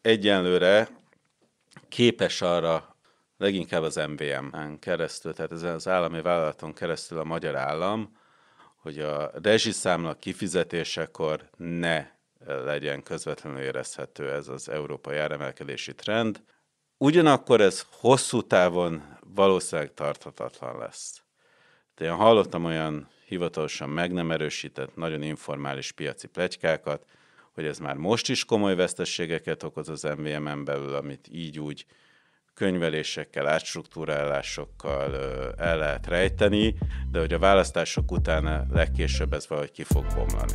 egyenlőre képes arra, leginkább az MVM-en keresztül, tehát ezen az állami vállalaton keresztül a magyar állam, hogy a rezsiszámla kifizetésekor ne legyen közvetlenül érezhető ez az európai áremelkedési trend. Ugyanakkor ez hosszú távon valószínűleg tarthatatlan lesz. De én hallottam olyan hivatalosan meg nem erősített, nagyon informális piaci pletykákat, hogy ez már most is komoly veszteségeket okoz az MVM-en belül, amit így úgy könyvelésekkel, átstruktúrálásokkal el lehet rejteni, de hogy a választások után legkésőbb ez valahogy ki fog bomlani.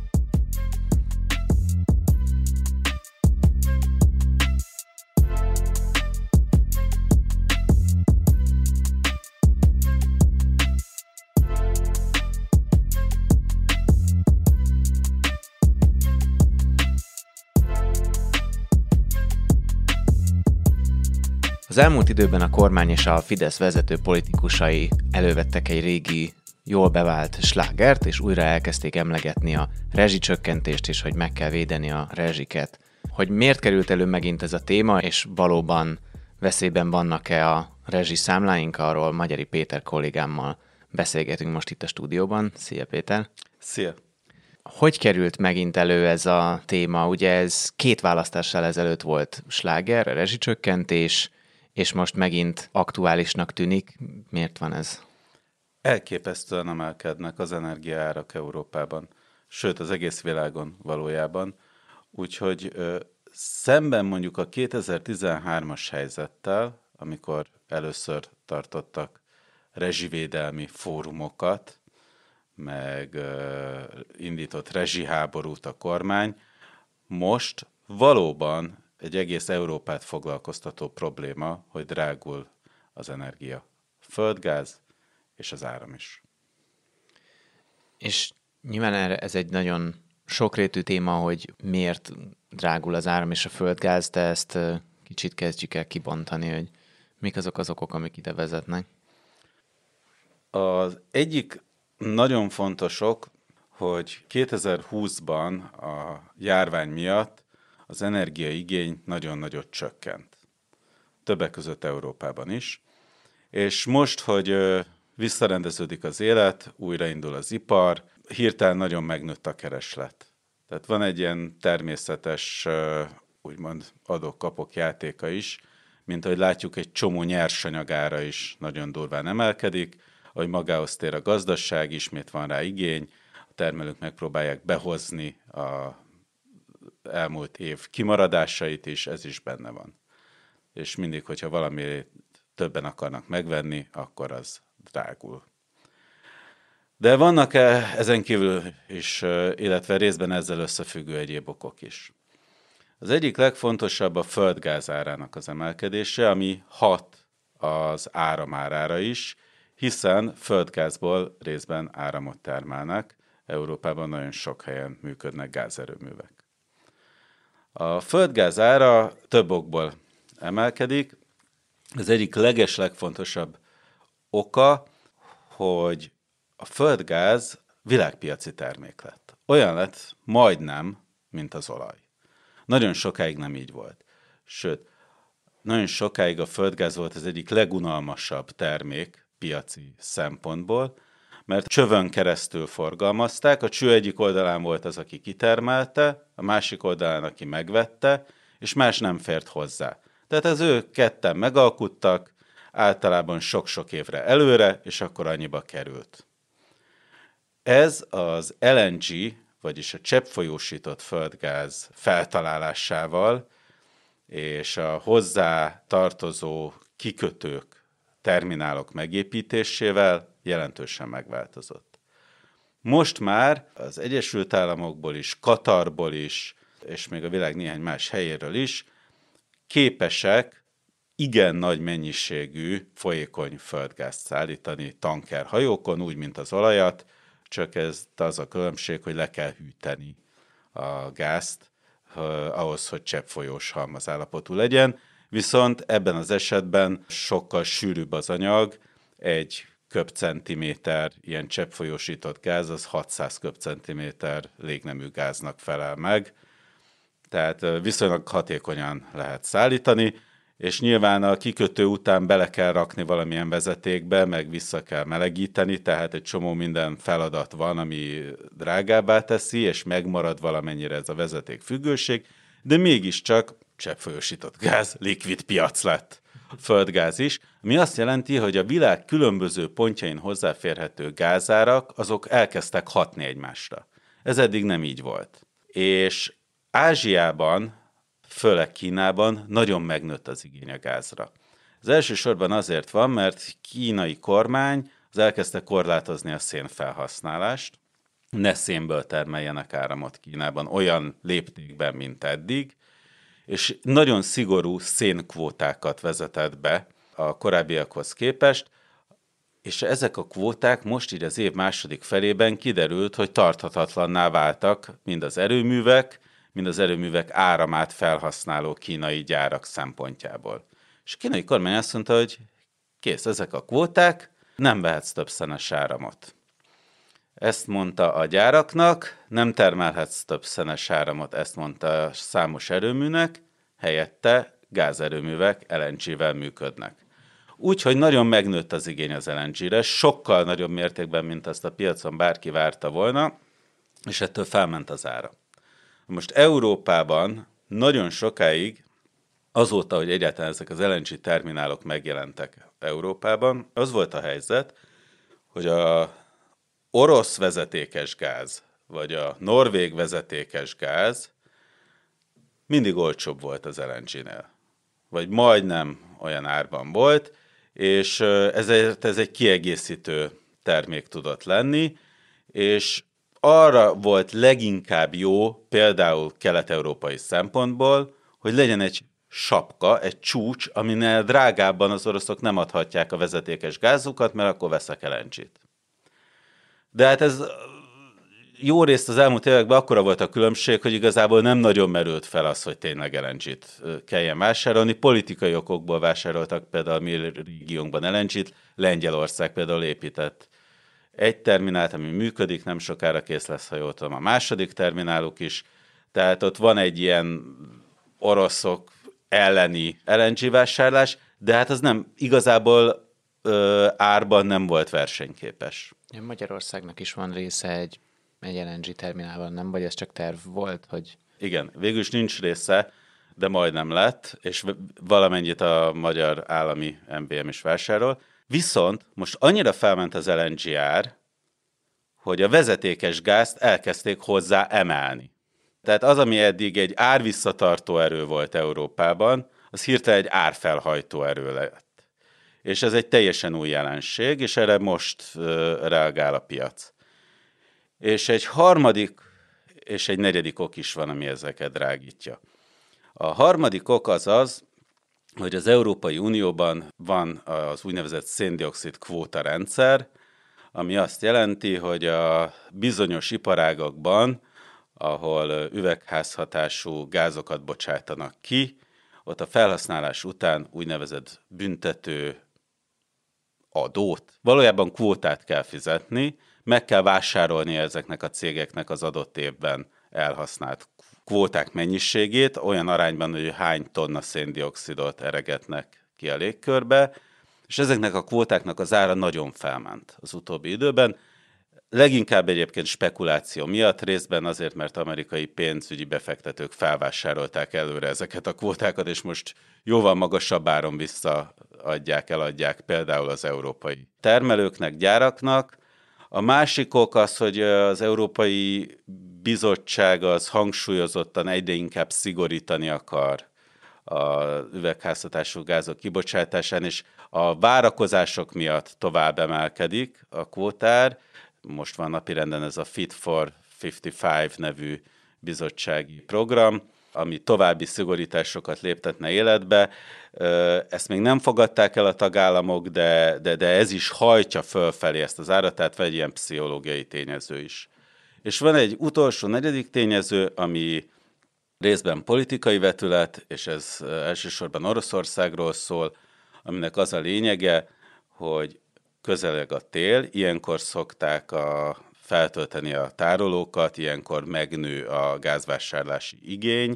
Az elmúlt időben a kormány és a Fidesz vezető politikusai elővettek egy régi, jól bevált slágert, és újra elkezdték emlegetni a rezsicsökkentést, és hogy meg kell védeni a rezsiket. Hogy miért került elő megint ez a téma, és valóban veszélyben vannak-e a rezsiszámláink, arról Magyari Péter kollégámmal beszélgetünk most itt a stúdióban. Szia Péter! Szia! Hogy került megint elő ez a téma? Ugye ez 2 választással ezelőtt volt sláger, a rezsicsökkentés, és most megint aktuálisnak tűnik. Miért van ez? Elképesztően emelkednek az energiaárak Európában, sőt az egész világon valójában. Úgyhogy szemben mondjuk a 2013-as helyzettel, amikor először tartottak rezsivédelmi fórumokat, meg indított rezsiháborút a kormány, most valóban egy egész Európát foglalkoztató probléma, hogy drágul az energia. Földgáz és az áram is. És nyilván ez egy nagyon sokrétű téma, hogy miért drágul az áram és a földgáz, de ezt kicsit kezdjük el kibontani, hogy mik azok az okok, amik ide vezetnek. Az egyik nagyon fontos ok, hogy 2020-ban a járvány miatt az energiaigény nagyon nagyot csökkent. Többek között Európában is. És most, hogy visszarendeződik az élet, újraindul az ipar, hirtelen nagyon megnőtt a kereslet. Tehát van egy ilyen természetes, úgymond adok-kapok játéka is, mint ahogy látjuk, egy csomó nyersanyagára is nagyon durván emelkedik, ahogy magához tér a gazdaság, ismét van rá igény, a termelők megpróbálják behozni a elmúlt év kimaradásait is, ez is benne van. És mindig, hogyha valami többen akarnak megvenni, akkor az drágul. De vannak ezen kívül is, illetve részben ezzel összefüggő egyéb okok is. Az egyik legfontosabb a földgáz árának az emelkedése, ami hat az áramárára is, hiszen földgázból részben áramot termelnek. Európában nagyon sok helyen működnek gázerőművek. A földgáz ára több okból emelkedik. Az egyik legfontosabb oka, hogy a földgáz világpiaci termék lett. Olyan lett majdnem, mint az olaj. Nagyon sokáig nem így volt. Sőt, nagyon sokáig a földgáz volt az egyik legunalmasabb termék piaci szempontból, mert csövön keresztül forgalmazták, a cső egyik oldalán volt az, aki kitermelte, a másik oldalán, aki megvette, és más nem fért hozzá. Tehát az ők ketten megalkuttak, általában sok-sok évre előre, és akkor annyiba került. Ez az LNG, vagyis a cseppfolyósított földgáz feltalálásával és a hozzá tartozó kikötők, terminálok megépítésével jelentősen megváltozott. Most már az Egyesült Államokból is, Katarból is, és még a világ néhány más helyéről is képesek igen nagy mennyiségű folyékony földgázt szállítani tankerhajókon, úgy, mint az olajat, csak ez az a különbség, hogy le kell hűteni a gázt ahhoz, hogy cseppfolyós halmazállapotú legyen. Viszont ebben az esetben sokkal sűrűbb az anyag, egy köbcentiméter ilyen cseppfolyósított gáz, az 600 köbcentiméter légnemű gáznak felel meg. tehát viszonylag hatékonyan lehet szállítani, és nyilván a kikötő után bele kell rakni valamilyen vezetékbe, meg vissza kell melegíteni, tehát egy csomó minden feladat van, ami drágábbá teszi, és megmarad valamennyire ez a vezeték függőség, de mégiscsak cseppfolyósított gáz, likvid piac lett földgáz is, ami azt jelenti, hogy a világ különböző pontjain hozzáférhető gázárak, azok elkezdtek hatni egymásra. Ez eddig nem így volt. És Ázsiában, főleg Kínában nagyon megnőtt az igény a gázra. Az elsősorban azért van, mert kínai kormány az elkezdte korlátozni a szénfelhasználást, ne szénből termeljenek áramot Kínában olyan léptékben, mint eddig, és nagyon szigorú szénkvótákat vezetett be a korábbiakhoz képest, és ezek a kvóták most így az év második felében kiderült, hogy tarthatatlanná váltak mind az erőművek áramát felhasználó kínai gyárak szempontjából. És a kínai kormány azt mondta, hogy kész, ezek a kvóták, nem vehetsz több szenes áramot. Ezt mondta a gyáraknak, nem termelhetsz több szenes áramot, ezt mondta számos erőműnek, helyette gázerőművek LNG-vel működnek. Úgyhogy nagyon megnőtt az igény az LNG-re, sokkal nagyobb mértékben, mint azt a piacon bárki várta volna, és ettől felment az ára. Most Európában nagyon sokáig, azóta, hogy egyáltalán ezek az LNG terminálok megjelentek Európában, az volt a helyzet, hogy a orosz vezetékes gáz, vagy a norvég vezetékes gáz mindig olcsóbb volt az LNG-nél. Vagy majdnem olyan árban volt, és ezért ez egy kiegészítő termék tudott lenni, és arra volt leginkább jó, például kelet-európai szempontból, hogy legyen egy sapka, egy csúcs, aminél drágábban az oroszok nem adhatják a vezetékes gázukat, mert akkor veszek LNG-t. De hát ez jó részt az elmúlt években akkora volt a különbség, hogy igazából nem nagyon merült fel az, hogy tényleg LNG-t kelljen vásárolni. Politikai okokból vásároltak például a mi régiónkban LNG-t. Lengyelország például épített egy terminált, ami működik, nem sokára kész lesz, ha jól tudom, a második termináluk is. Tehát ott van egy ilyen oroszok elleni LNG vásárlás, de hát az nem igazából árban nem volt versenyképes. Magyarországnak is van része egy LNG terminálban, nem? Vagy ez csak terv volt, hogy... Igen, végül is nincs része, de majdnem lett, és valamennyit a magyar állami MVM is vásárol. Viszont most annyira felment az LNG ár, hogy a vezetékes gázt elkezdték hozzá emelni. Tehát az, ami eddig egy árvisszatartó erő volt Európában, az hirtelen egy árfelhajtó erő lett. És ez egy teljesen új jelenség, és erre most reagál a piac. És egy harmadik és egy negyedik ok is van, ami ezeket drágítja. A harmadik ok az, hogy az Európai Unióban van az úgynevezett szén-dioxid kvóta rendszer, ami azt jelenti, hogy a bizonyos iparágakban, ahol üvegházhatású gázokat bocsátanak ki, ott a felhasználás után úgynevezett büntető adót, valójában kvótát kell fizetni, meg kell vásárolni ezeknek a cégeknek az adott évben elhasznált kvóták mennyiségét, olyan arányban, hogy hány tonna széndioxidot eregetnek ki a légkörbe, és ezeknek a kvótáknak az ára nagyon felment az utóbbi időben. Leginkább egyébként spekuláció miatt, részben azért, mert amerikai pénzügyi befektetők felvásárolták előre ezeket a kvótákat, és most jóval magasabb áron eladják például az európai termelőknek, gyáraknak. A másik ok az, hogy az Európai Bizottság az hangsúlyozottan egyre inkább szigorítani akar az üvegházhatású gázok kibocsátásán, és a várakozások miatt tovább emelkedik a kvótár. Most van napirenden ez a Fit for 55 nevű bizottsági program, ami további szigorításokat léptetne életbe. Ezt még nem fogadták el a tagállamok, de ez is hajtja fölfelé ezt az árat, tehát van egy ilyen pszichológiai tényező is. És van egy utolsó, negyedik tényező, ami részben politikai vetület, és ez elsősorban Oroszországról szól, aminek az a lényege, hogy közeleg a tél, ilyenkor szokták feltölteni a tárolókat, ilyenkor megnő a gázvásárlási igény,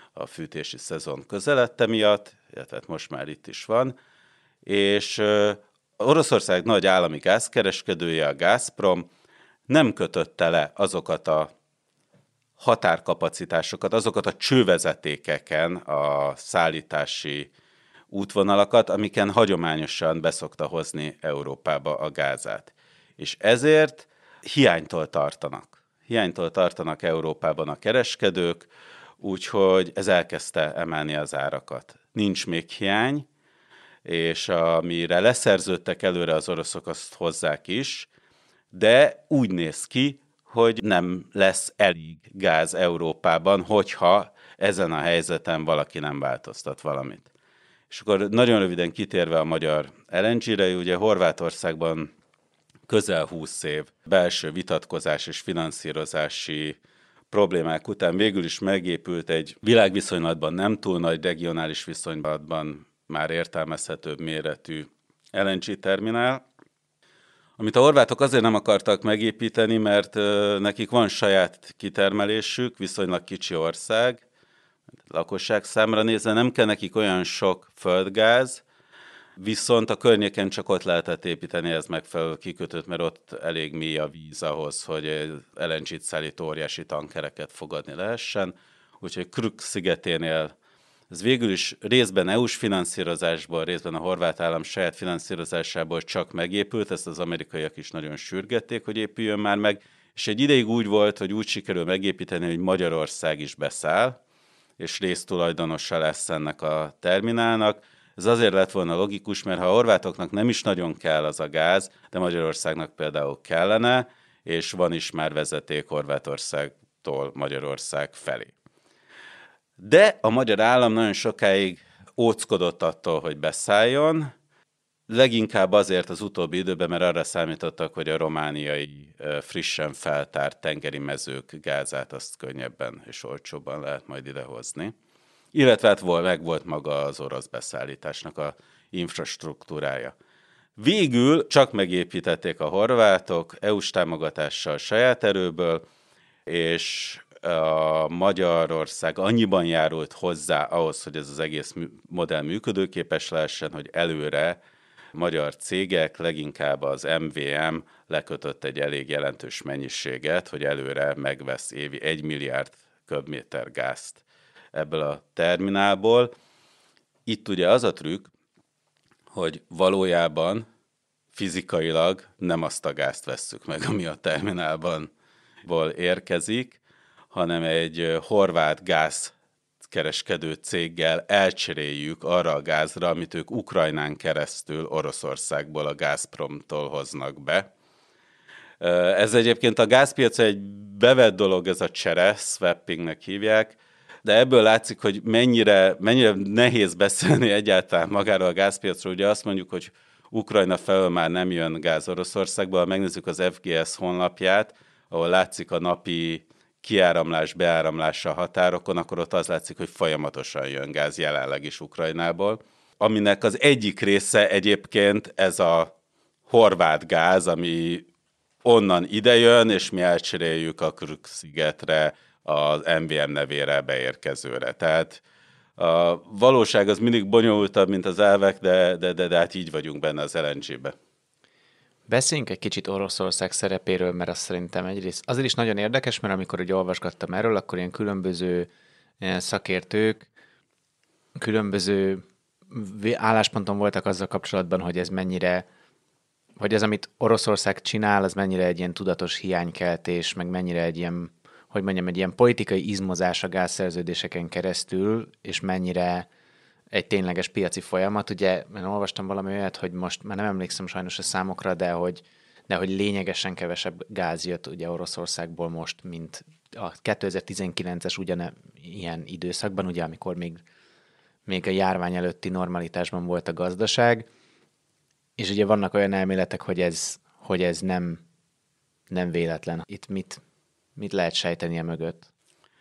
a fűtési szezon közeledte miatt, illetve most már itt is van, és Oroszország nagy állami gázkereskedője, a Gazprom nem kötötte le azokat a határkapacitásokat, azokat a csővezetékeken a szállítási útvonalakat, amiken hagyományosan beszokta hozni Európába a gázát. És ezért hiánytól tartanak. Hiánytól tartanak Európában a kereskedők, úgyhogy ez elkezdte emelni az árakat. Nincs még hiány, és amire leszerződtek előre az oroszok, azt hozzák is, de úgy néz ki, hogy nem lesz elég gáz Európában, hogyha ezen a helyzeten valaki nem változtat valamit. És akkor nagyon röviden kitérve a magyar LNG-re, ugye Horvátországban közel 20 év belső vitatkozás és finanszírozási problémák után végül is megépült egy világviszonylatban nem túl nagy, regionális viszonylatban már értelmezhetőbb méretű LNG terminál, amit a horvátok azért nem akartak megépíteni, mert nekik van saját kitermelésük, viszonylag kicsi ország, lakosság számra nézve nem kell nekik olyan sok földgáz, viszont a környéken csak ott lehetett építeni ez megfelelő kikötőt, mert ott elég mély a víz ahhoz, hogy LNG-t szállító óriási tankereket fogadni lehessen. Úgyhogy Krk szigeténél ez végül is részben EU-s finanszírozásból, részben a horvát állam saját finanszírozásából csak megépült, ezt az amerikaiak is nagyon sürgették, hogy épüljön már meg, és egy ideig úgy volt, hogy úgy sikerül megépíteni, hogy Magyarország is beszáll, és résztulajdonosa lesz ennek a terminálnak. Ez azért lett volna logikus, mert ha a horvátoknak nem is nagyon kell az a gáz, de Magyarországnak például kellene, és van is már vezeték Horvátországtól Magyarország felé. De a magyar állam nagyon sokáig óckodott attól, hogy beszálljon, leginkább azért az utóbbi időben, mert arra számítottak, hogy a romániai frissen feltárt tengeri mezők gázát azt könnyebben és olcsóbban lehet majd idehozni. Illetve hát megvolt maga az orosz beszállításnak a infrastruktúrája. Végül csak megépítették a horvátok EU-s támogatással saját erőből, és a Magyarország annyiban járult hozzá ahhoz, hogy ez az egész modell működőképes lehessen, hogy előre magyar cégek, leginkább az MVM lekötött egy elég jelentős mennyiséget, hogy előre megvesz évi 1 milliárd köbméter gázt ebből a terminálból. Itt ugye az a trükk, hogy valójában fizikailag nem azt a gázt vesszük meg, ami a terminálban érkezik, hanem egy horvát gázkereskedő céggel elcseréljük arra a gázra, amit ők Ukrajnán keresztül Oroszországból a Gazpromtól hoznak be. Ez egyébként a gázpiac egy bevett dolog, ez a csere, swappingnek hívják, de ebből látszik, hogy mennyire nehéz beszélni egyáltalán magáról a gázpiacról. Ugye azt mondjuk, hogy Ukrajna felől már nem jön gáz Oroszországba, ha megnézzük az FGS honlapját, ahol látszik a napi kiáramlás, beáramlás a határokon, akkor ott az látszik, hogy folyamatosan jön gáz jelenleg is Ukrajnából, aminek az egyik része egyébként ez a horvát gáz, ami onnan idejön, és mi elcseréljük a Krk-szigetre az MVM nevére beérkezőre. Tehát a valóság az mindig bonyolultabb, mint az elvek, de hát így vagyunk benne az LNG-be. Beszéljünk egy kicsit Oroszország szerepéről, mert azt szerintem egyrészt azért is nagyon érdekes, mert amikor ugye olvasgattam erről, akkor ilyen különböző szakértők, különböző állásponton voltak azzal kapcsolatban, hogy ez mennyire, hogy ez, amit Oroszország csinál, az mennyire egy ilyen tudatos hiánykeltés, meg mennyire egy ilyen, hogy mondjam, egy ilyen politikai izmozás a gázszerződéseken keresztül, és mennyire egy tényleges piaci folyamat. Ugye, én olvastam valami olyat, hogy most már nem emlékszem sajnos a számokra, de hogy lényegesen kevesebb gáz jött ugye Oroszországból most, mint a 2019-es ilyen időszakban, ugye, amikor még a járvány előtti normalitásban volt a gazdaság, és ugye vannak olyan elméletek, hogy ez nem véletlen. Itt mit lehet sejteni mögött?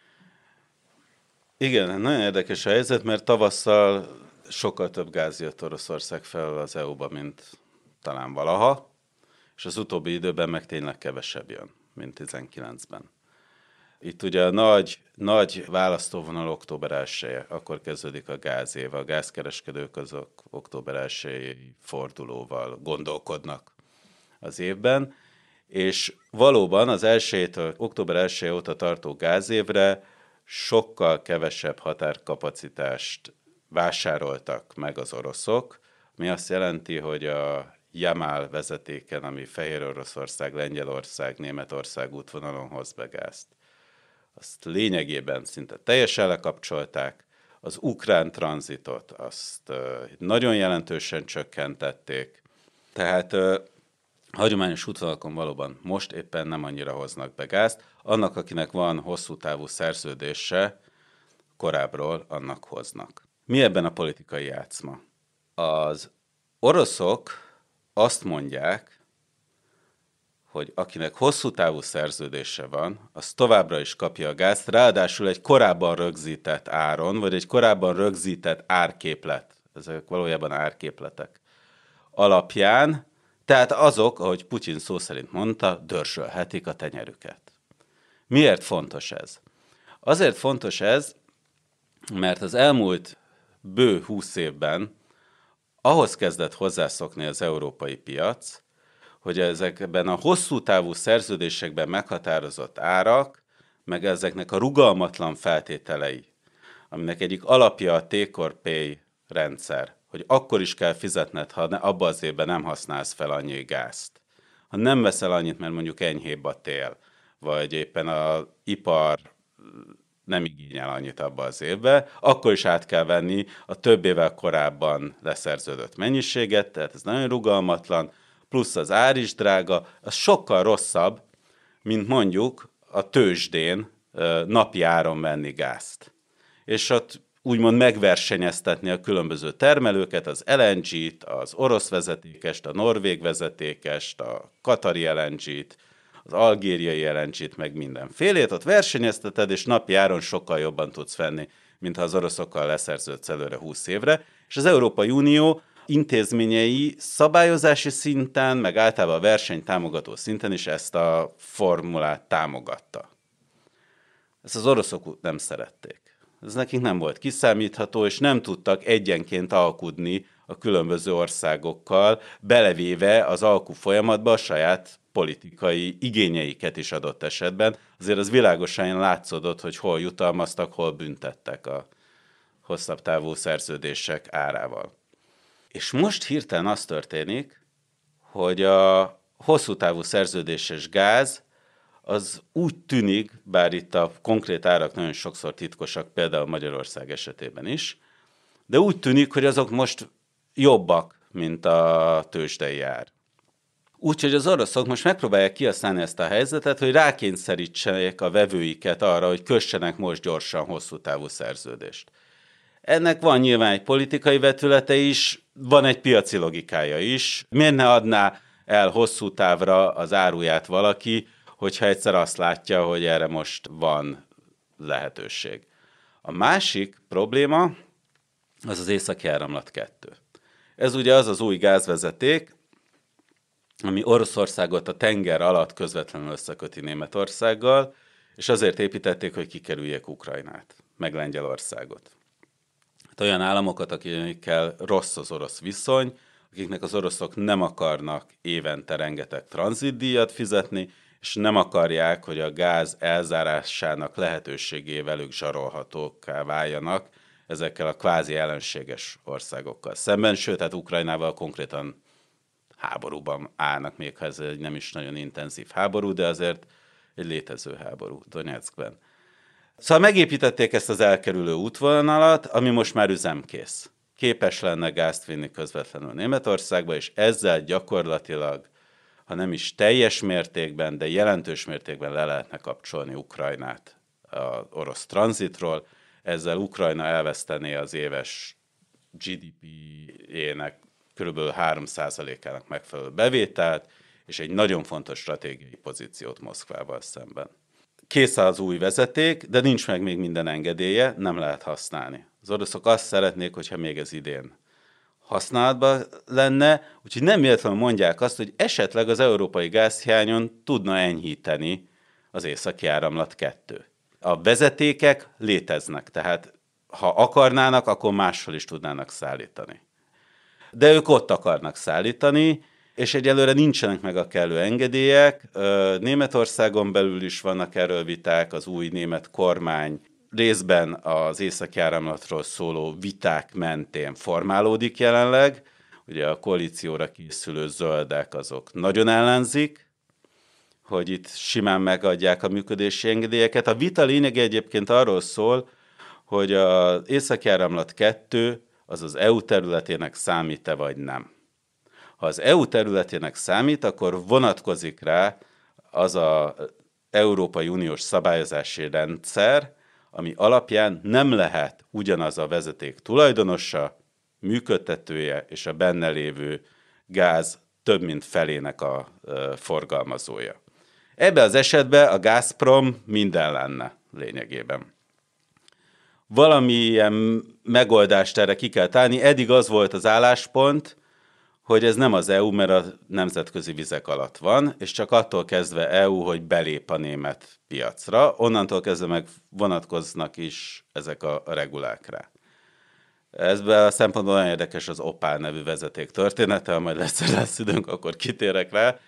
Igen, nagyon érdekes a helyzet, mert tavasszal sokkal több gáz jött Oroszország felől az EU-ba, mint talán valaha, és az utóbbi időben meg tényleg kevesebb jön, mint 19-ben. Itt ugye a nagy választóvonal október 1-e, akkor kezdődik a gázév. A gázkereskedők azok október 1-i fordulóval gondolkodnak az évben, és valóban az október 1 óta tartó gázévre sokkal kevesebb határkapacitást vásároltak meg az oroszok, ami azt jelenti, hogy a Jamál vezetéken, ami Fehér Oroszország, Lengyelország, Németország útvonalon hoz be gázt, azt lényegében szinte teljesen lekapcsolták, az ukrán tranzitot azt nagyon jelentősen csökkentették, tehát hagyományos útvonalakon valóban most éppen nem annyira hoznak be gázt, annak, akinek van hosszú távú szerződése korábbról, annak hoznak. Mi ebben a politikai játszma? Az oroszok azt mondják, hogy akinek hosszú távú szerződése van, az továbbra is kapja a gázt, ráadásul egy korábban rögzített áron, vagy egy korábban rögzített árképlet, ezek valójában árképletek alapján, tehát azok, ahogy Putyin szó szerint mondta, dörzsölhetik a tenyerüket. Miért fontos ez? Azért fontos ez, mert az elmúlt bő 20 évben ahhoz kezdett hozzászokni az európai piac, hogy ezekben a hosszú távú szerződésekben meghatározott árak, meg ezeknek a rugalmatlan feltételei, aminek egyik alapja a take-or-pay rendszer, hogy akkor is kell fizetned, ha abba az évben nem használsz fel annyi gázt. Ha nem veszel annyit, mert mondjuk enyhébb a tél, vagy éppen az ipar nem igényel annyit abba az évben, akkor is át kell venni a több évvel korábban leszerződött mennyiséget, tehát ez nagyon rugalmatlan, plusz az ár is drága, az sokkal rosszabb, mint mondjuk a tőzsdén napi áron venni gázt. És ott úgymond megversenyeztetni a különböző termelőket, az LNG-t, az orosz vezetékest, a norvég vezetékest, a katari LNG-t, az algériai LNG-t, meg mindenfélét, ott versenyezteted, és napi áron sokkal jobban tudsz venni, mint ha az oroszokkal leszerződsz előre 20 évre. És az Európai Unió intézményei szabályozási szinten, meg általában a versenytámogató szinten is ezt a formulát támogatta. Ezt az oroszok nem szerették. Ez nekik nem volt kiszámítható, és nem tudtak egyenként alkudni a különböző országokkal, belevéve az alku folyamatba a saját politikai igényeiket is adott esetben. Azért az világosan látszódott, hogy hol jutalmaztak, hol büntettek a hosszabb távú szerződések árával. És most hirtelen az történik, hogy a hosszú távú szerződéses gáz az úgy tűnik, bár itt a konkrét árak nagyon sokszor titkosak, például Magyarország esetében is, de úgy tűnik, hogy azok most jobbak, mint a tőzsdei ár. Úgyhogy az oroszok most megpróbálják kihasználni ezt a helyzetet, hogy rákényszerítsenek a vevőiket arra, hogy kössenek most gyorsan hosszú távú szerződést. Ennek van nyilván egy politikai vetülete is, van egy piaci logikája is. Miért ne adná el hosszú távra az áruját valaki, hogyha egyszer azt látja, hogy erre most van lehetőség. A másik probléma az az Északi Áramlat 2. Ez ugye az az új gázvezeték, ami Oroszországot a tenger alatt közvetlenül összeköti Németországgal, és azért építették, hogy kikerüljék Ukrajnát, meg Lengyelországot. Hát olyan államokat, akikkel rossz az orosz viszony, akiknek az oroszok nem akarnak évente rengeteg tranzitdíjat fizetni, és nem akarják, hogy a gáz elzárásának lehetőségével ők zsarolhatókká váljanak ezekkel a kvázi ellenséges országokkal szemben, sőt, hát Ukrajnával konkrétan háborúban állnak, még ha ez egy nem is nagyon intenzív háború, de azért egy létező háború Donetskben. Szóval megépítették ezt az elkerülő útvonalat, ami most már üzemkész. Képes lenne gázt vinni közvetlenül Németországba, és ezzel gyakorlatilag, ha nem is teljes mértékben, de jelentős mértékben le lehetne kapcsolni Ukrajnát az orosz tranzitról. Ezzel Ukrajna elvesztené az éves GDP-jének kb. 3%-ának megfelelő bevételt, és egy nagyon fontos stratégiai pozíciót Moszkvával szemben. Kész az új vezeték, de nincs meg még minden engedélye, nem lehet használni. Az oroszok azt szeretnék, hogyha még ez idén használatban lenne, úgyhogy nem véletlenül mondják azt, hogy esetleg az európai gázhiányon tudna enyhíteni az Északi Áramlat 2. A vezetékek léteznek, tehát ha akarnának, akkor máshol is tudnának szállítani. De ők ott akarnak szállítani, és egyelőre nincsenek meg a kellő engedélyek. Németországon belül is vannak erről viták, az új német kormány részben az északi áramlatról szóló viták mentén formálódik jelenleg. Ugye a koalícióra készülő zöldek azok nagyon ellenzik, hogy itt simán megadják a működési engedélyeket. A vita lényege egyébként arról szól, hogy az északi áramlat 2 az az EU területének számít-e vagy nem. Ha az EU területének számít, akkor vonatkozik rá az az Európai Uniós szabályozási rendszer, ami alapján nem lehet ugyanaz a vezeték tulajdonosa, működtetője és a benne lévő gáz több mint felének a forgalmazója. Ebben az esetben a Gazprom minden lenne lényegében. Valamilyen megoldást erre ki kell találni. Eddig az volt az álláspont, hogy ez nem az EU, mert a nemzetközi vizek alatt van, és csak attól kezdve EU, hogy belép a német piacra, onnantól kezdve meg vonatkoznak is ezek a regulák rá. Ezben a szempontból olyan érdekes az Opál nevű vezeték története, ha majd lesz időnk, akkor kitérek rá.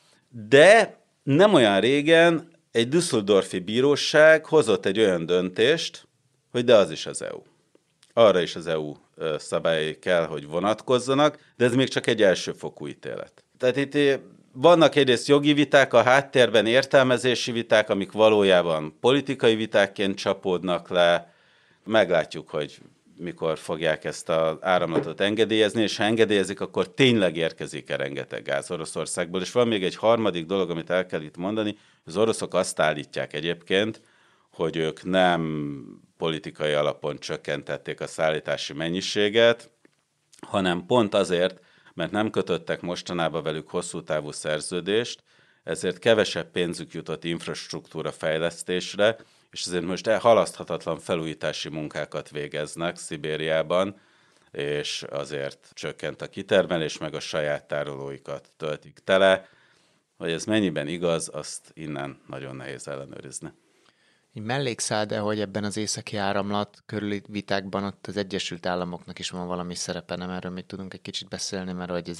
De nem olyan régen egy düsseldorfi bíróság hozott egy olyan döntést, hogy de az is az EU. Arra is az EU szabályai kell, hogy vonatkozzanak, de ez még csak egy elsőfokú ítélet. Tehát itt vannak egyrészt jogi viták, a háttérben értelmezési viták, amik valójában politikai vitákként csapódnak le. Meglátjuk, hogy mikor fogják ezt az áramlatot engedélyezni, és ha engedélyezik, akkor tényleg érkezik-e rengeteg gáz Oroszországból. És van még egy harmadik dolog, amit el kell itt mondani, az oroszok azt állítják egyébként, hogy ők nem politikai alapon csökkentették a szállítási mennyiséget, hanem pont azért, mert nem kötöttek mostanában velük hosszú távú szerződést, ezért kevesebb pénzük jutott infrastruktúra fejlesztésre, és ezért most halaszthatatlan felújítási munkákat végeznek Szibériában, és azért csökkent a kitermelés, meg a saját tárolóikat töltik tele. Hogy ez mennyiben igaz, azt innen nagyon nehéz ellenőrizni. Így mellékszál, de hogy ebben az északi áramlat körüli vitákban ott az Egyesült Államoknak is van valami szerepe, nem erről még tudunk egy kicsit beszélni, mert hogy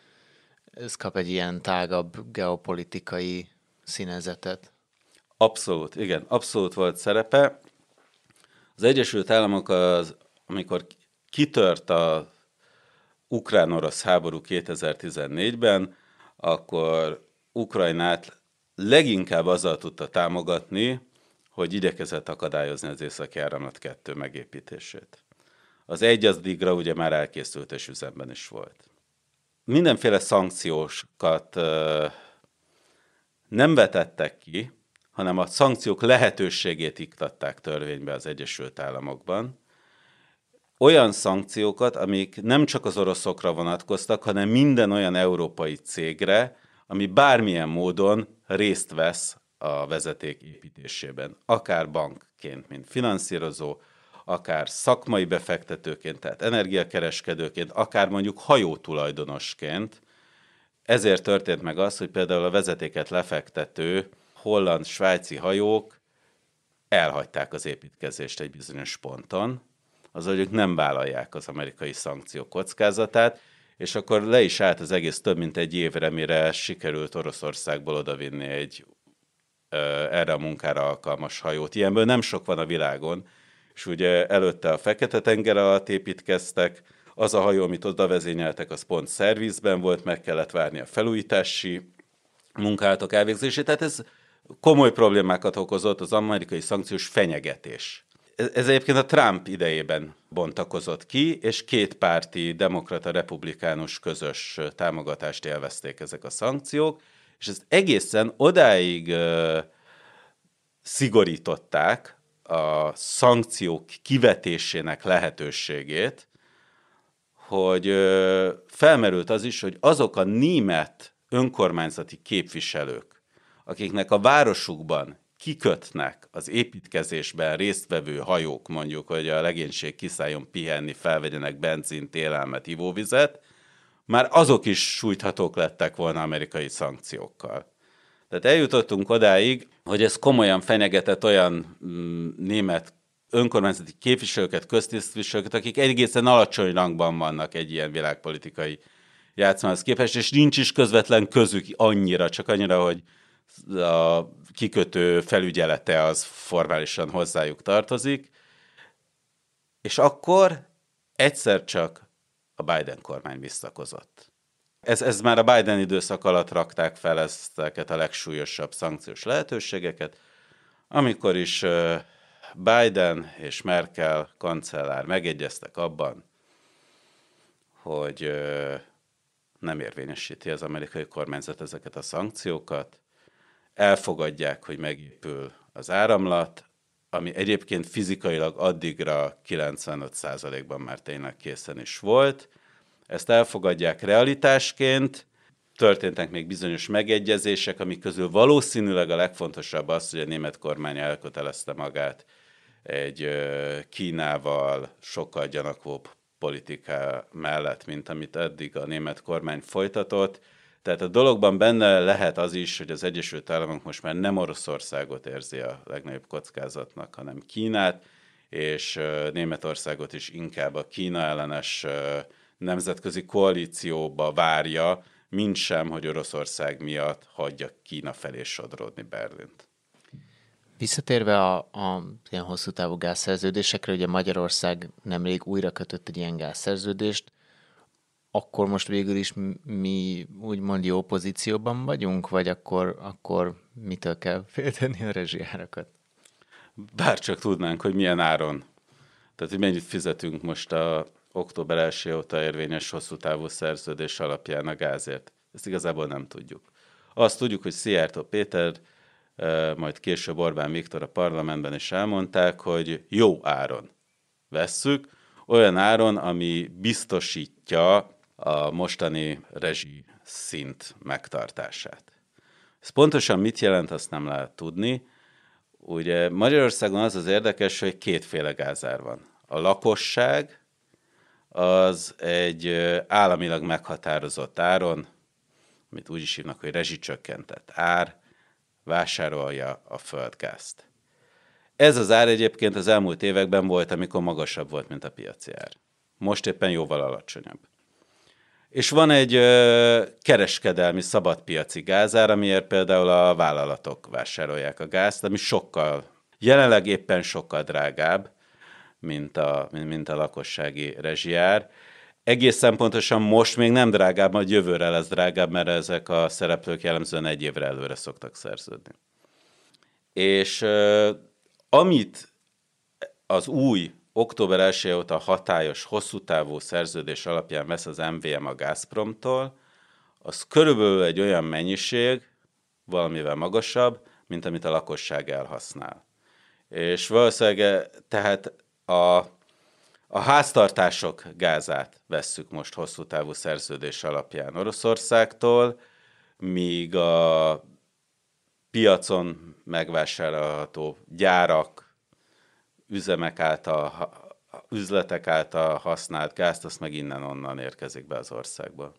ez kap egy ilyen tágabb geopolitikai színezetet. Abszolút, igen, abszolút volt szerepe. Az Egyesült Államok, amikor kitört az ukrán-orosz háború 2014-ben, akkor Ukrajnát leginkább azzal tudta támogatni, hogy igyekezett akadályozni az északi áramlat 2 megépítését. Az egy addigra ugye már elkészült és üzemben is volt. Mindenféle szankciókat nem vetettek ki, hanem a szankciók lehetőségét iktatták törvénybe az Egyesült Államokban. Olyan szankciókat, amik nem csak az oroszokra vonatkoztak, hanem minden olyan európai cégre, ami bármilyen módon részt vesz a vezeték építésében. Akár bankként, mint finanszírozó, akár szakmai befektetőként, tehát energiakereskedőként, akár mondjuk hajótulajdonosként. Ezért történt meg az, hogy például a vezetéket lefektető holland-svájci hajók elhagyták az építkezést egy bizonyos ponton, azaz, hogy ők nem vállalják az amerikai szankciók kockázatát, és akkor le is állt az egész több mint egy évre, mire sikerült Oroszországból odavinni egy erre a munkára alkalmas hajót. Ilyenből nem sok van a világon, és ugye előtte a Fekete-tenger alatt építkeztek, az a hajó, amit oda vezényeltek, az pont szervizben volt, meg kellett várni a felújítási munkálatok elvégzését, tehát ez komoly problémákat okozott, az amerikai szankciós fenyegetés. Ez egyébként a Trump idejében bontakozott ki, és kétpárti demokrata-republikánus közös támogatást élvezték ezek a szankciók, és ezt egészen odáig szigorították a szankciók kivetésének lehetőségét, hogy felmerült az is, hogy azok a német önkormányzati képviselők, akiknek a városukban kikötnek az építkezésben résztvevő hajók, mondjuk, hogy a legénység kiszálljon pihenni, felvegyenek benzint, élelmet, ivóvizet, már azok is sújthatók lettek volna amerikai szankciókkal. Tehát eljutottunk odáig, hogy ez komolyan fenyegetett olyan német önkormányzati képviselőket, köztisztviselőket, akik egészen alacsony rangban vannak egy ilyen világpolitikai játszmához képest, és nincs is közvetlen közük annyira, csak annyira, hogy a kikötő felügyelete az formálisan hozzájuk tartozik. És akkor egyszer csak a Biden kormány visszakozott. Ez már a Biden időszak alatt rakták fel ezeket a legsúlyosabb szankciós lehetőségeket, amikor is Biden és Merkel kancellár megegyeztek abban, hogy nem érvényesíti az amerikai kormányzat ezeket a szankciókat, elfogadják, hogy megépül az áramlat, ami egyébként fizikailag addigra 95%-ban már tényleg készen is volt. Ezt elfogadják realitásként, történtek még bizonyos megegyezések, amik közül valószínűleg a legfontosabb az, hogy a német kormány elkötelezte magát egy Kínával sokkal gyanakvóbb politika mellett, mint amit eddig a német kormány folytatott. Tehát a dologban benne lehet az is, hogy az Egyesült Államok most már nem Oroszországot érzi a legnagyobb kockázatnak, hanem Kínát, és Németországot is inkább a Kína ellenes nemzetközi koalícióba várja, mint sem, hogy Oroszország miatt hagyja Kína felé sodródni Berlint. Visszatérve a ilyen hosszú távú gázszerződésekre, ugye Magyarország nemrég újra kötött egy ilyen gázszerződést, akkor most végül is mi úgymond jó pozícióban vagyunk, vagy akkor mitől kell félteni a rezsiárakat? Bárcsak tudnánk, hogy milyen áron. Tehát, hogy mennyit fizetünk most a október 1 óta érvényes hosszú távú szerződés alapján a gázért. Ezt igazából nem tudjuk. Azt tudjuk, hogy Szijjártó Péter, majd később Orbán Viktor a parlamentben is elmondták, hogy jó áron vesszük, olyan áron, ami biztosítja a mostani rezsi szint megtartását. Ez pontosan mit jelent, azt nem lehet tudni. Ugye Magyarországon az érdekes, hogy kétféle gázár van. A lakosság az egy államilag meghatározott áron, amit úgy is hívnak, hogy rezsicsökkentett ár, vásárolja a földgázt. Ez az ár egyébként az elmúlt években volt, amikor magasabb volt, mint a piaci ár. Most éppen jóval alacsonyabb. És van egy kereskedelmi szabadpiaci gázár, amiért például a vállalatok vásárolják a gázt, ami jelenleg éppen sokkal drágább, mint a lakossági rezsiár. Egészen pontosan most még nem drágább, majd jövőre lesz drágább, mert ezek a szereplők jellemzően egy évre előre szoktak szerződni. És amit az új október 1 óta hatályos, hosszú távú szerződés alapján vesz az MVM a Gazpromtól, az körülbelül egy olyan mennyiség, valamivel magasabb, mint amit a lakosság elhasznál. És valószínűleg tehát a háztartások gázát vesszük most hosszú távú szerződés alapján Oroszországtól, míg a piacon megvásárolható gyárak, üzletek által használt gázt, azt meg innen-onnan érkezik be az országba.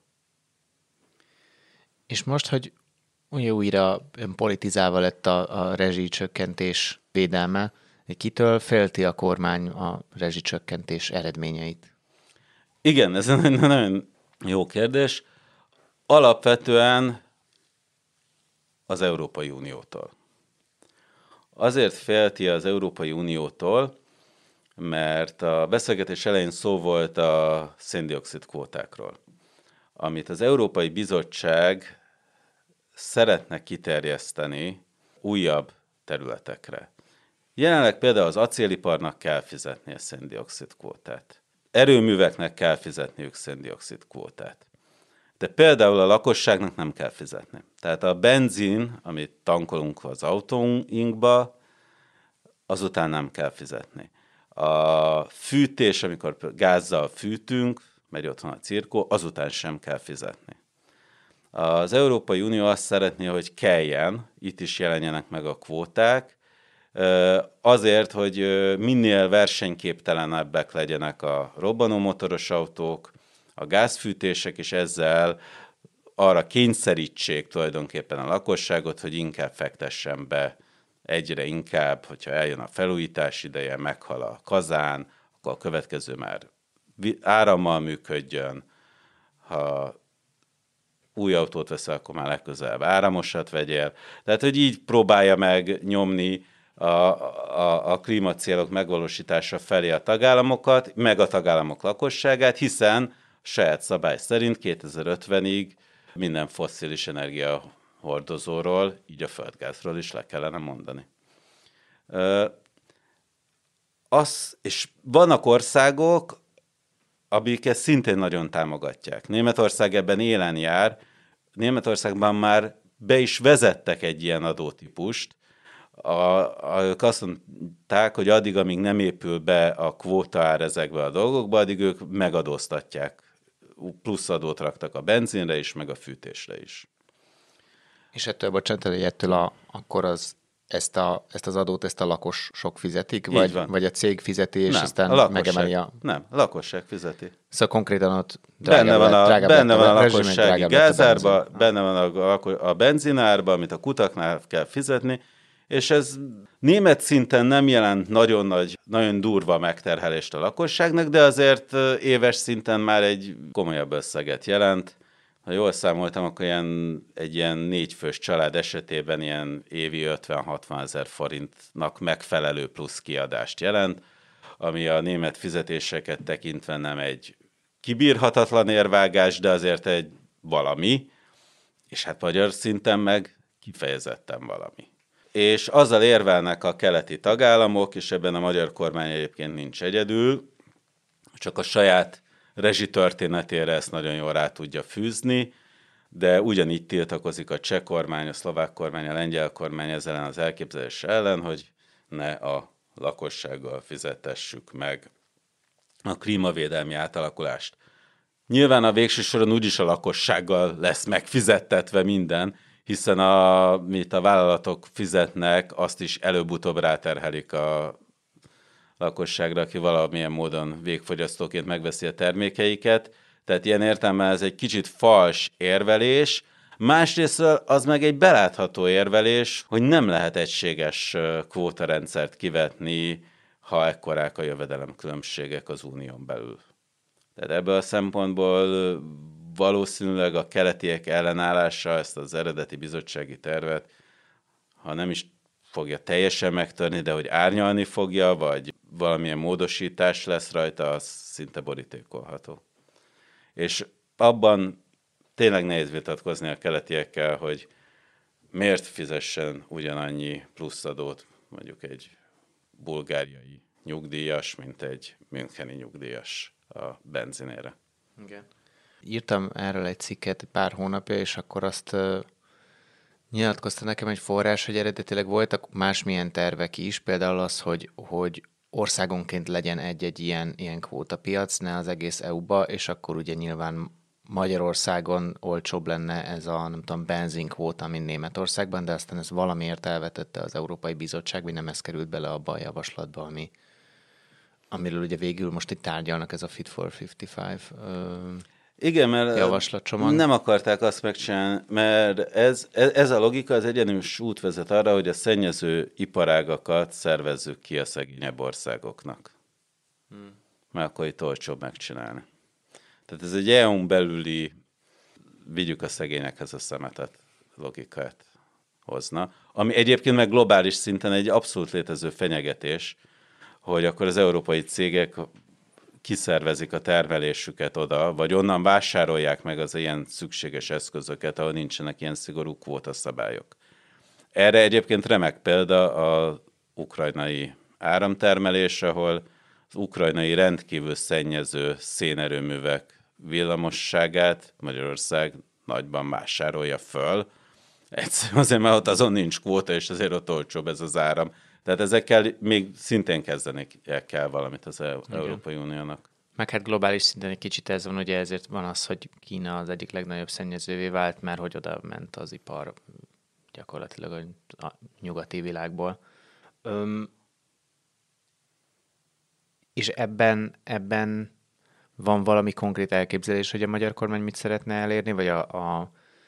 És most, hogy újra politizálva lett a rezsicsökkentés védelme, kitől félti a kormány a rezsicsökkentés eredményeit? Igen, ez egy nagyon jó kérdés. Alapvetően az Európai Uniótól. Azért félti az Európai Uniótól, mert a beszélgetés elején szó volt a szén-dioxid kvótákról, amit az Európai Bizottság szeretne kiterjeszteni újabb területekre. Jelenleg például az acéliparnak kell fizetni a szén-dioxid kvótát. Erőműveknek kell fizetniük szén-dioxid kvótát. De például a lakosságnak nem kell fizetni. Tehát a benzin, amit tankolunk az autóinkba, azután nem kell fizetni. A fűtés, amikor gázzal fűtünk, megy otthon a cirkó, azután sem kell fizetni. Az Európai Unió azt szeretné, hogy kelljen, itt is jelenjenek meg a kvóták, azért, hogy minél versenyképtelenebbek legyenek a robbanómotoros autók, a gázfűtések, és ezzel arra kényszerítsék tulajdonképpen a lakosságot, hogy inkább fektessen be egyre inkább, hogyha eljön a felújítás ideje, meghal a kazán, akkor a következő már árammal működjön, ha új autót veszel, akkor már legközelebb áramosat vegyél. Tehát, hogy így próbálja meg nyomni a klímacélok megvalósítása felé a tagállamokat, meg a tagállamok lakosságát, hiszen saját szabály szerint 2050-ig minden fosszilis energiahordozóról, így a földgázról is le kellene mondani. És vannak országok, amik ezt szintén nagyon támogatják. Németország ebben élen jár. Németországban már be is vezettek egy ilyen adótípust. Ők azt mondták, hogy addig, amíg nem épül be a kvótaár ezekbe a dolgokba, addig ők megadóztatják. Plusz adót raktak a benzinre is, meg a fűtésre is. És ettől, bocsánat, hogy akkor ezt az adót ezt a lakosok fizetik? Vagy a cég fizeti, és nem, aztán megemeli a... Nem, a lakosság fizeti. Szóval konkrétan ott benne van a lakossági gázárba, benne van a benzinárba, amit a kutaknál kell fizetni, és ez német szinten nem jelent nagyon durva megterhelést a lakosságnak, de azért éves szinten már egy komolyabb összeget jelent. Ha jól számoltam, akkor egy ilyen 4 fős család esetében ilyen évi 50-60 ezer forintnak megfelelő plusz kiadást jelent, ami a német fizetéseket tekintve nem egy kibírhatatlan érvágás, de azért egy valami, és hát magyar szinten meg kifejezetten valami. És azzal érvelnek a keleti tagállamok, és ebben a magyar kormány egyébként nincs egyedül, csak a saját rezsitörténetére ezt nagyon jól rá tudja fűzni, de ugyanígy tiltakozik a cseh kormány, a szlovák kormány, a lengyel kormány ezzel az elképzelés ellen, hogy ne a lakossággal fizetessük meg a klímavédelmi átalakulást. Nyilván a végső soron úgyis a lakossággal lesz megfizettetve minden, hiszen amit a vállalatok fizetnek, azt is előbb-utóbb ráterhelik a lakosságra, aki valamilyen módon végfogyasztóként megveszi a termékeiket. Tehát ilyen értelemben ez egy kicsit fals érvelés. Másrésztről az meg egy belátható érvelés, hogy nem lehet egységes kvótarendszert kivetni, ha ekkorák a jövedelemkülönbségek az unión belül. Tehát ebből a szempontból valószínűleg a keletiek ellenállása ezt az eredeti bizottsági tervet, ha nem is fogja teljesen megtörni, de hogy árnyalni fogja, vagy valamilyen módosítás lesz rajta, az szinte borítékolható. És abban tényleg nehéz vitatkozni a keletiekkel, hogy miért fizessen ugyanannyi pluszadót mondjuk egy bulgáriai nyugdíjas, mint egy müncheni nyugdíjas a benzinére. Igen. Írtam erről egy cikket pár hónapja, és akkor azt nyilatkozta nekem egy forrás, hogy eredetileg voltak másmilyen tervek is, például az, hogy országonként legyen egy ilyen kvótapiac, ne az egész EU-ba, és akkor ugye nyilván Magyarországon olcsóbb lenne ez a, nem tudom, benzinkvóta, mint Németországban, de aztán ez valamiért elvetette az Európai Bizottság, vagy nem ez került bele abba a javaslatba, amiről ugye végül most itt tárgyalnak, ez a Fit for 55 igen, mert javaslatcsomag. Nem akarták azt megcsinálni, mert ez a logika, az egyenes út vezet arra, hogy a szennyező iparágakat szervezzük ki a szegényebb országoknak. Mert akkor itt olcsóbb megcsinálni. Tehát ez egy EU-n belüli vigyük a szegényekhez a szemetet logikát hozna, ami egyébként meg globális szinten egy abszolút létező fenyegetés, hogy akkor az európai cégek kiszervezik a termelésüket oda, vagy onnan vásárolják meg az ilyen szükséges eszközöket, ahol nincsenek ilyen szigorú kvótaszabályok. Erre egyébként remek példa az ukrajnai áramtermelés, ahol az ukrajnai rendkívül szennyező szénerőművek villamosságát Magyarország nagyban vásárolja föl. Egyszerűen azért, mert ott azon nincs kvóta, és azért ott olcsóbb ez az áram. Tehát ezekkel még szintén kezdeni kell valamit az Európai Uniónak. Meg hát globális szinten egy kicsit ez van, ugye ezért van az, hogy Kína az egyik legnagyobb szennyezővé vált, mert hogy oda ment az ipar gyakorlatilag a nyugati világból. És ebben van valami konkrét elképzelés, hogy a magyar kormány mit szeretne elérni, vagy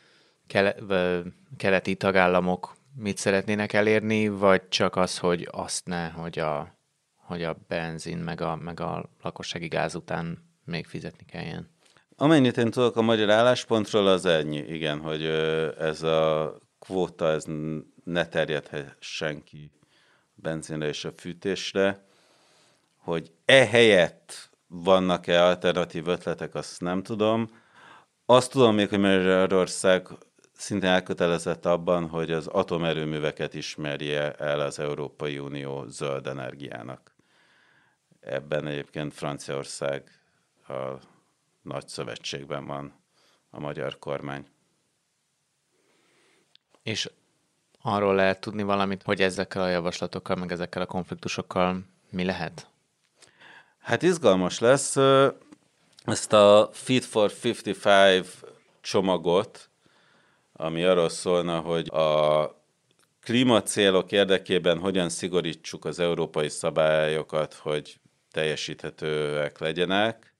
keleti tagállamok mit szeretnének elérni, vagy csak az, hogy azt ne, hogy a benzin meg a lakossági gáz után még fizetni kelljen. Amennyit én tudok a magyar álláspontról, az ennyi, igen, hogy ez a kvóta ez ne terjedhessen ki benzinre és a fűtésre, hogy ehelyett vannak-e alternatív ötletek, azt nem tudom. Azt tudom még, hogy Magyarország szintén elkötelezett abban, hogy az atomerőműveket ismerje el az Európai Unió zöld energiának. Ebben egyébként Franciaország a nagy szövetségben van a magyar kormány. És arról lehet tudni valamit, hogy ezekkel a javaslatokkal, meg ezekkel a konfliktusokkal mi lehet? Hát izgalmas lesz. Ezt a Fit for 55 csomagot, ami arról szólna, hogy a klímacélok érdekében hogyan szigorítsuk az európai szabályokat, hogy teljesíthetőek legyenek,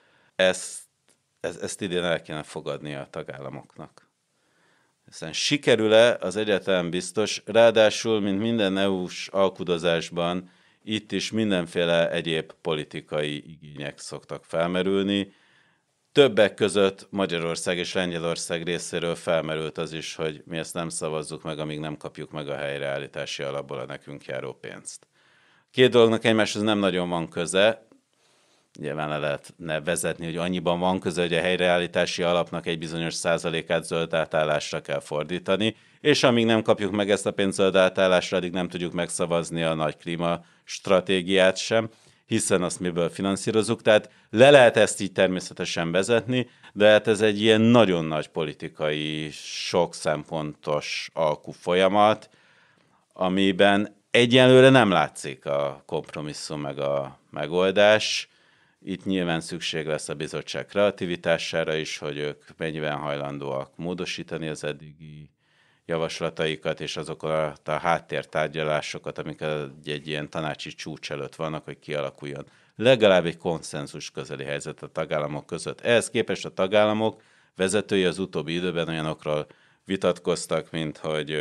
ezt idén el kéne fogadnia a tagállamoknak. Aztán sikerül-e, az egyáltalán biztos, ráadásul, mint minden EU-s alkudozásban, itt is mindenféle egyéb politikai igények szoktak felmerülni. Többek között Magyarország és Lengyelország részéről felmerült az is, hogy mi ezt nem szavazzuk meg, amíg nem kapjuk meg a helyreállítási alapból a nekünk járó pénzt. Két dolognak egymáshoz nem nagyon van köze. Nyilván le lehetne vezetni, hogy annyiban van köze, hogy a helyreállítási alapnak egy bizonyos százalékát zöld átállásra kell fordítani, és amíg nem kapjuk meg ezt a pénzt zöld átállásra, addig nem tudjuk megszavazni a nagy klímastratégiát sem, hiszen azt miből finanszírozunk. Tehát le lehet ezt így természetesen vezetni, de hát ez egy ilyen nagyon nagy politikai, sok szempontos alkú folyamat, amiben egyenlőre nem látszik a kompromisszum meg a megoldás. Itt nyilván szükség lesz a bizottság kreativitására is, hogy ők mennyiben hajlandóak módosítani az eddigi javaslataikat, és azokat a háttértárgyalásokat, amik egy ilyen tanácsi csúcs előtt vannak, hogy kialakuljon legalább egy konszenzus közeli helyzet a tagállamok között. Ehhez képest a tagállamok vezetői az utóbbi időben olyanokról vitatkoztak, mint hogy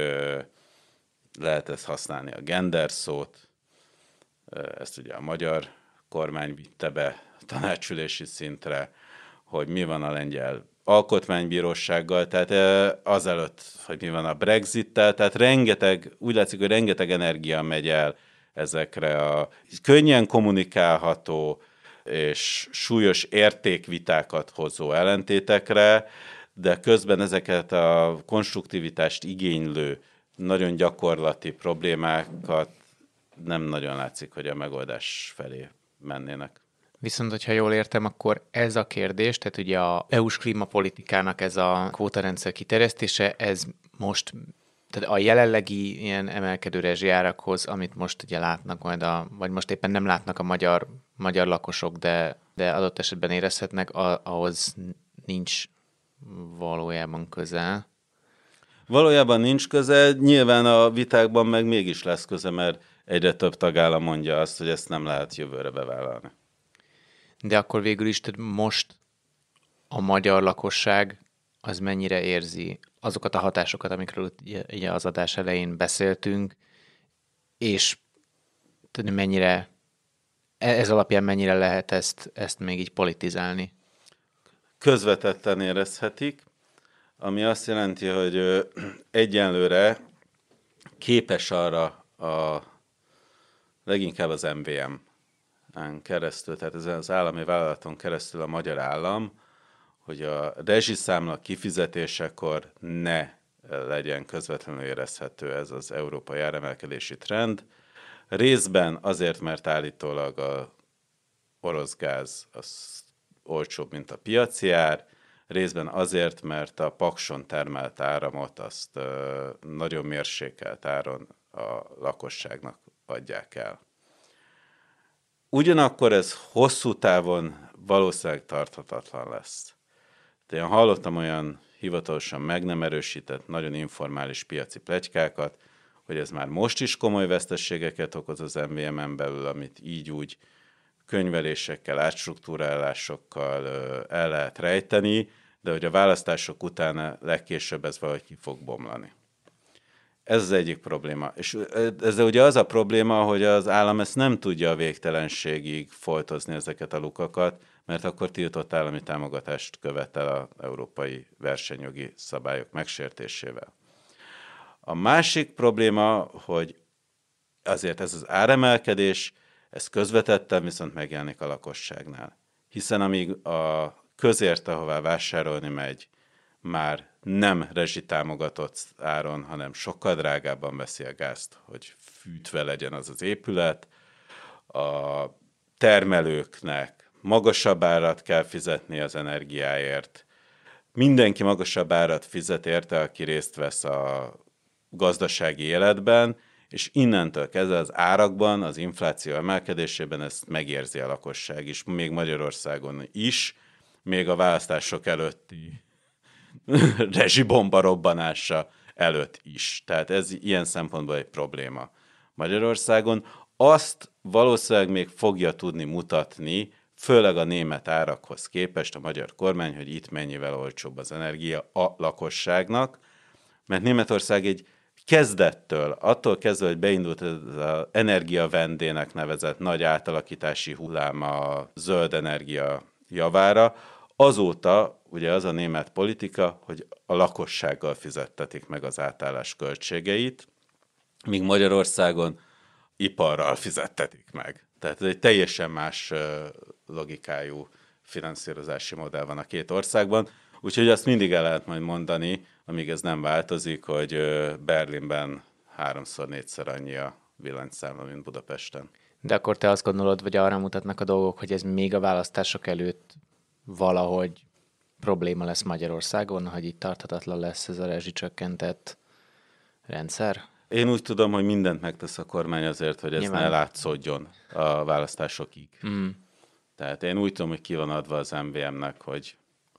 lehet ezt használni a gender szót, ezt ugye a magyar kormány vitte be tanácsülési szintre, hogy mi van a lengyel alkotmánybírósággal, tehát azelőtt, hogy mi van a Brexittel, tehát úgy látszik, hogy rengeteg energia megy el ezekre a könnyen kommunikálható és súlyos értékvitákat hozó ellentétekre, de közben ezeket a konstruktivitást igénylő, nagyon gyakorlati problémákat nem nagyon látszik, hogy a megoldás felé mennének. Viszont, hogyha jól értem, akkor ez a kérdés, tehát ugye a EU-s klímapolitikának ez a kvótarendszer kiterjesztése, ez most, tehát a jelenlegi ilyen emelkedő rezsijárakhoz, amit most ugye látnak majd, vagy most éppen nem látnak a magyar lakosok, de adott esetben érezhetnek, ahhoz nincs valójában köze. Valójában nincs köze, nyilván a vitákban meg mégis lesz köze, mert egyre több tagállam mondja azt, hogy ezt nem lehet jövőre bevállalni. De akkor végül is, tehát most a magyar lakosság az mennyire érzi azokat a hatásokat, amikről ugye az adás elején beszéltünk, és mennyire, ez alapján mennyire lehet ezt még így politizálni? Közvetetten érezhetik, ami azt jelenti, hogy egyenlőre képes arra leginkább az MVM-en keresztül, tehát ezen az állami vállalaton keresztül a magyar állam, hogy a rezsiszámla kifizetésekor ne legyen közvetlenül érezhető ez az európai áremelkedési trend. Részben azért, mert állítólag az orosz gáz az olcsóbb, mint a piaci ár, részben azért, mert a Pakson termelt áramot azt nagyon mérsékelt áron a lakosságnak adják el. Ugyanakkor ez hosszú távon valószínűleg tarthatatlan lesz. De én hallottam olyan hivatalosan meg nem erősített, nagyon informális piaci pletykákat, hogy ez már most is komoly veszteségeket okoz az MVM-en belül, amit így úgy könyvelésekkel, átstruktúrálásokkal el lehet rejteni, de hogy a választások után legkésőbb ez valahogy ki fog bomlani. Ez az egyik probléma. És ez ugye az a probléma, hogy az állam ezt nem tudja a végtelenségig foltozni ezeket a lukakat, mert akkor tiltott állami támogatást követel az európai versenyjogi szabályok megsértésével. A másik probléma, hogy azért ez az áremelkedés, ez közvetetten viszont megjelenik a lakosságnál. Hiszen amíg a közért, ahová vásárolni megy, már nem rezsitámogatott áron, hanem sokkal drágábban veszi a gázt, hogy fűtve legyen az az épület. A termelőknek magasabb árat kell fizetni az energiáért. Mindenki magasabb árat fizet érte, aki részt vesz a gazdasági életben, és innentől kezdve az árakban, az infláció emelkedésében ezt megérzi a lakosság is, még Magyarországon is, még a választások előtti rezsibomba robbanása előtt is. Tehát ez ilyen szempontból egy probléma Magyarországon. Azt valószínűleg még fogja tudni mutatni, főleg a német árakhoz képest a magyar kormány, hogy itt mennyivel olcsóbb az energia a lakosságnak, mert Németország egy kezdettől, attól kezdve, hogy beindult az energiavendének nevezett nagy átalakítási hullám a zöld energia javára, azóta ugye az a német politika, hogy a lakossággal fizettetik meg az átállás költségeit, míg Magyarországon iparral fizettetik meg. Tehát ez egy teljesen más logikájú finanszírozási modell van a két országban, úgyhogy azt mindig el lehet majd mondani, amíg ez nem változik, hogy Berlinben 3-4-szer annyi a villanyszámla, mint Budapesten. De akkor te azt gondolod, vagy arra mutatnak a dolgok, hogy ez még a választások előtt valahogy probléma lesz Magyarországon, hogy itt tarthatatlan lesz ez a rezsicsökkentett rendszer? Én úgy tudom, hogy mindent megtesz a kormány azért, hogy ez Nyilván ne látszódjon a választásokig. Tehát én úgy tudom, hogy ki van adva az MVM-nek, hogy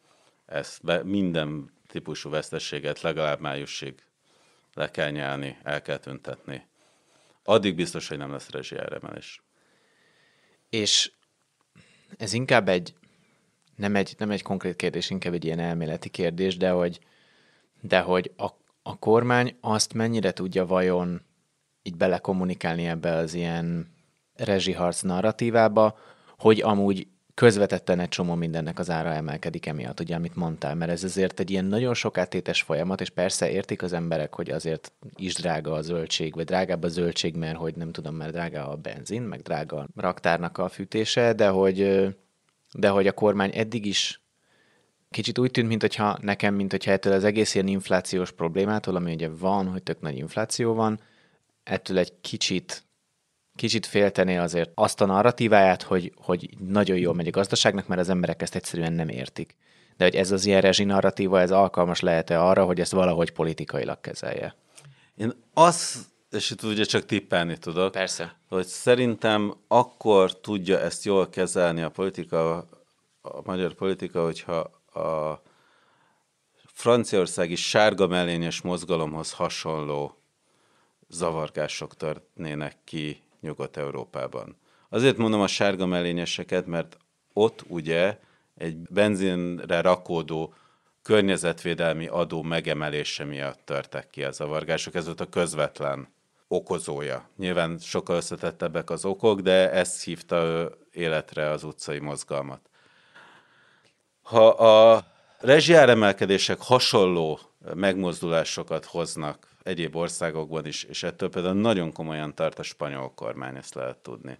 minden típusú veszteséget legalább májusig le kell nyelni, el kell tüntetni. Addig biztos, hogy nem lesz rezsiáremelés. És ez inkább nem egy konkrét kérdés, inkább egy ilyen elméleti kérdés, de hogy a kormány azt mennyire tudja vajon így belekommunikálni ebbe az ilyen rezsiharc narratívába, hogy amúgy közvetetten egy csomó mindennek az ára emelkedik emiatt, ugye, amit mondtál, mert ez azért egy ilyen nagyon sokátétes folyamat, és persze értik az emberek, hogy azért is drága a zöldség, vagy drágább a zöldség, mert hogy nem tudom, mert drága a benzin, meg drága a raktárnak a fűtése, de hogy a kormány eddig is kicsit úgy tűnt, mintha ettől az egész ilyen inflációs problémától, ami ugye van, hogy tök nagy infláció van, ettől egy kicsit féltené azért azt a narratíváját, hogy nagyon jól megy a gazdaságnak, mert az emberek ezt egyszerűen nem értik. De hogy ez az ilyen rezsi narratíva, ez alkalmas lehet-e arra, hogy ezt valahogy politikailag kezelje? Én azt, és itt ugye csak tippelni tudok, Persze, hogy szerintem akkor tudja ezt jól kezelni a magyar politika, hogyha a franciaországi sárga mellényes mozgalomhoz hasonló zavargások történnének ki Nyugat-Európában. Azért mondom a sárga mellényeseket, mert ott ugye egy benzinre rakódó környezetvédelmi adó megemelése miatt törtek ki a zavargások. Ez volt a közvetlen okozója. Nyilván sokkal összetettebbek az okok, de ez hívta életre az utcai mozgalmat. Ha a rezsiáremelkedések hasonló megmozdulásokat hoznak egyéb országokban is, és ettől például nagyon komolyan tart a spanyol kormány, ezt lehet tudni,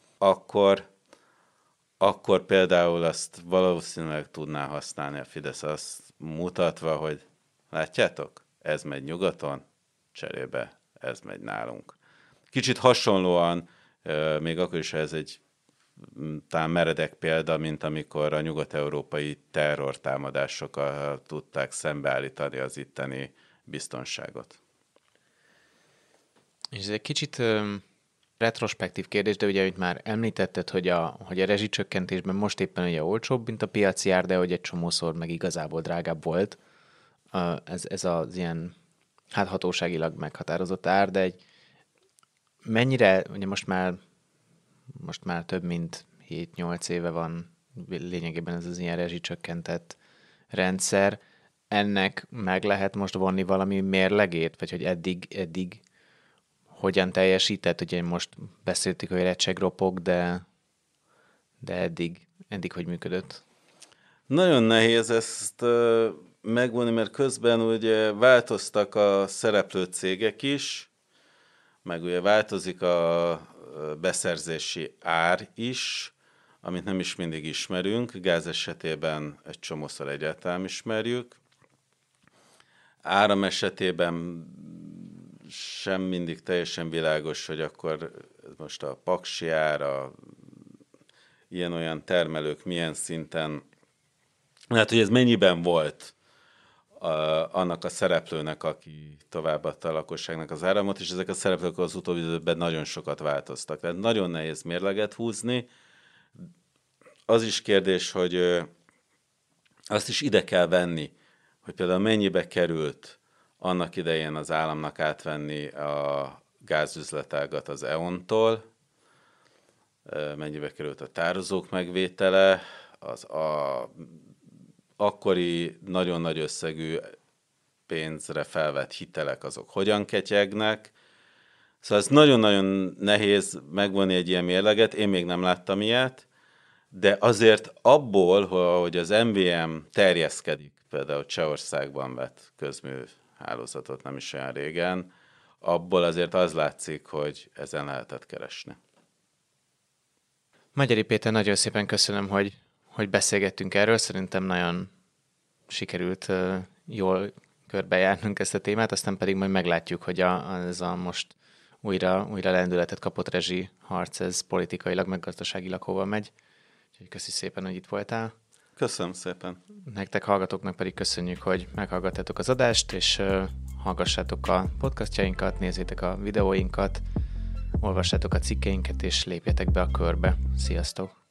akkor például azt valószínűleg tudná használni a Fidesz, azt mutatva, hogy látjátok, ez megy nyugaton, cserébe ez megy nálunk. Kicsit hasonlóan, még akkor is, ha ez egy talán meredek példa, mint amikor a nyugat-európai terrortámadásokkal tudták szembeállítani az itteni biztonságot. és ez egy kicsit retrospektív kérdés, de ugye, amit már említetted, hogy a rezsicsökkentésben most éppen ugye olcsóbb, mint a piaci ár, de hogy egy csomószor meg igazából drágább volt. Ez az ilyen hatóságilag meghatározott ár, de mennyire, ugye most már több mint 7-8 éve van lényegében ez az ilyen rezsicsökkentett rendszer, ennek meg lehet most vonni valami mérlegét, vagy hogy eddig hogyan teljesített? Ugye most beszéltük, hogy recsegropok, de eddig hogy működött? Nagyon nehéz ezt megvonni, mert közben ugye változtak a szereplő cégek is, meg ugye változik a beszerzési ár is, amit nem is mindig ismerünk. Gáz esetében egy csomószor egyáltalán ismerjük. Áram esetében sem mindig teljesen világos, hogy akkor most a paksi ár, ilyen-olyan termelők milyen szinten, hát hogy ez mennyiben volt annak a szereplőnek, aki továbbadta a lakosságnak az áramot, és ezek a szereplők az utóbbi időben nagyon sokat változtak. Tehát nagyon nehéz mérleget húzni. Az is kérdés, hogy azt is ide kell venni, hogy például mennyibe került annak idején az államnak átvenni a gázüzletágat az E.ON-tól, mennyibe került a tározók megvétele, az akkori nagyon nagy összegű pénzre felvett hitelek, azok hogyan ketyegnek. Szóval ez nagyon-nagyon nehéz megvonni egy ilyen mérleget, én még nem láttam ilyet, de azért abból, hogy az MVM terjeszkedik, például Csehországban vett közműhálózatot nem is olyan régen, abból azért az látszik, hogy ezen lehetett keresni. Magyari Péter, nagyon szépen köszönöm, hogy beszélgettünk erről. Szerintem nagyon sikerült jól körbejárnunk ezt a témát, aztán pedig majd meglátjuk, hogy ez a most újra lendületet kapott rezsi harc, ez politikailag, meg gazdaságilag hova megy. Úgyhogy köszi szépen, hogy itt voltál. Köszönöm szépen. Nektek hallgatóknak pedig köszönjük, hogy meghallgattátok az adást, és hallgassátok a podcastjainkat, nézzétek a videóinkat, olvassátok a cikkeinket, és lépjetek be a körbe. Sziasztok!